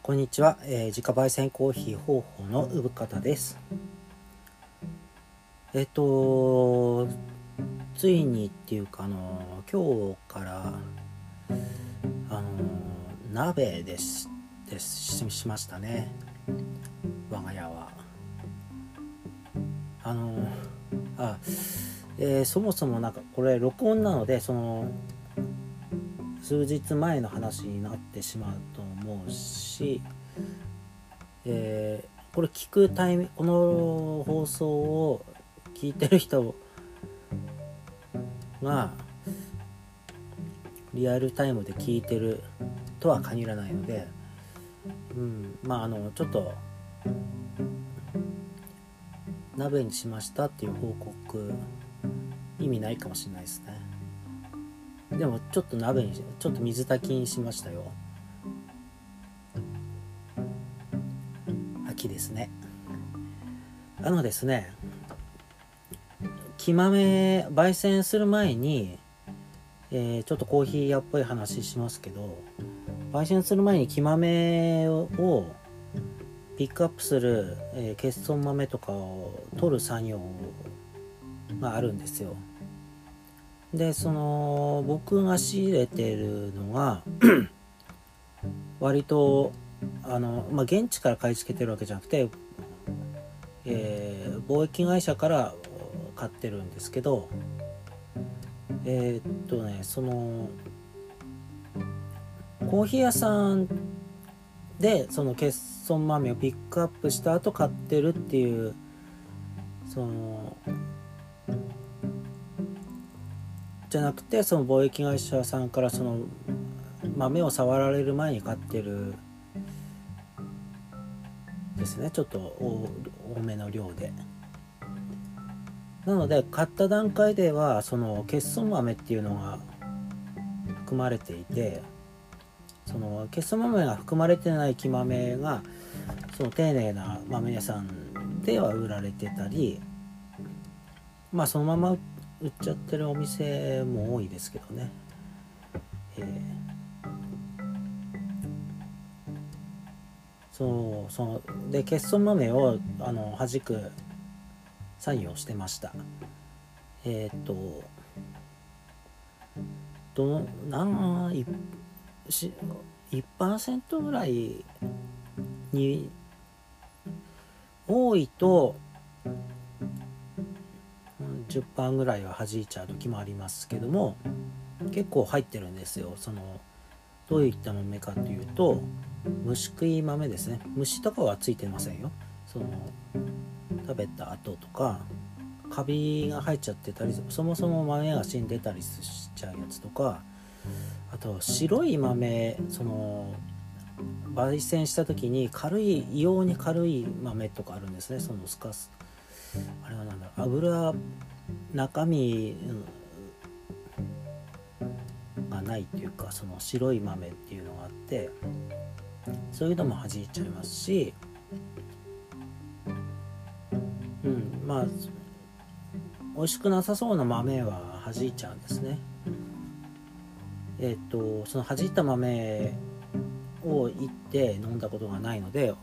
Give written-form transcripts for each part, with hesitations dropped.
こんにちは、自家焙煎コーヒー方法の産方です。ついにっていうか今日から鍋しましたね。我が家はそもそもこれ録音なので数日前の話になってしまうと思うし、これ聞くタイミング、この放送を聞いてる人がリアルタイムで聞いてるとは限らないので、ちょっと鍋にしましたっていう報告意味ないかもしれないですね。でもちょっと水炊きにしましたよ。秋ですね。ですね、木豆焙煎する前に、ちょっとコーヒー屋っぽい話しますけど、焙煎する前に木豆をピックアップする、欠損豆とかを取る作業があるんですよ。で僕が仕入れてるのが割と現地から買い付けてるわけじゃなくて、貿易会社から買ってるんですけど、コーヒー屋さんでその欠損豆をピックアップした後買ってるっていうじゃなくて、その貿易会社さんからその豆を触られる前に買ってるですね。ちょっと多めの量で。なので買った段階ではその欠損豆っていうのが含まれていて、その欠損豆が含まれてない木豆がその丁寧な豆屋さんでは売られてたり、そのまま売っちゃってるお店も多いですけどね。で欠損豆を弾く作業をしてました。1% ぐらいに多いと10% ぐらいは弾いちゃう時もありますけども、結構入ってるんですよ。どういった豆かというと、虫食い豆ですね。虫とかはついてませんよ。食べた後とかカビが入っちゃってたり、そもそも豆が死んでたりしちゃうやつとか、あと白い豆、焙煎した時に異様に軽い豆とかあるんですね。あれはなんだろう、油中身がないっていうか、その白い豆っていうのがあって、そういうのも弾いちゃいますし、美味しくなさそうな豆は弾いちゃうんですね。その弾いた豆をいって飲んだことがないので、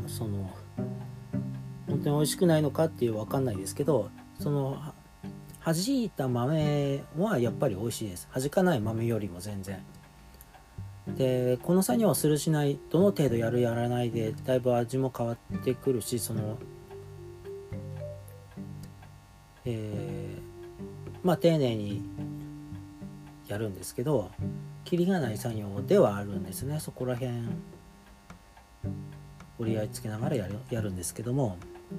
本当に美味しくないのかっていう分かんないですけど、弾いた豆はやっぱり美味しいです。弾かない豆よりも全然。でこの作業をするしないどの程度やるやらないでだいぶ味も変わってくるし、丁寧にやるんですけど、キリがない作業ではあるんですね。そこら辺折り合いつけながらやるんですけども、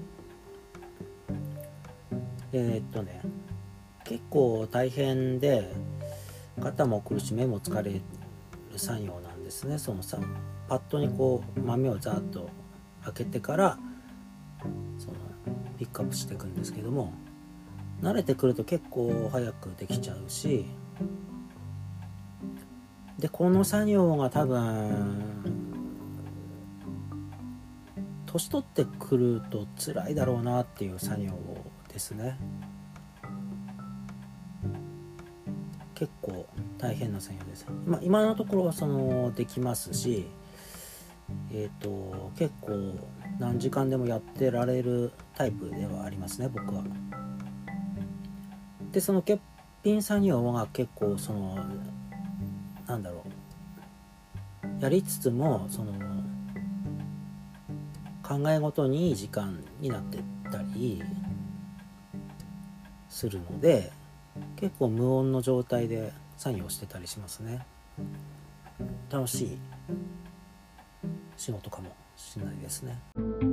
結構大変で肩も苦し目も疲れる作業なんですね。パッドに豆をザーッと開けてからピックアップしていくんですけども、慣れてくると結構早くできちゃうし、でこの作業が多分年取ってくると辛いだろうなっていう作業ですね。結構大変な作業です。今のところはできますし、 結構何時間でもやってられるタイプではありますね、僕は。でその欠品作業は結構なんだろう、やりつつも考え事にいい時間になってったりするので、結構無音の状態で作業してたりしますね。楽しい仕事かもしれないですね。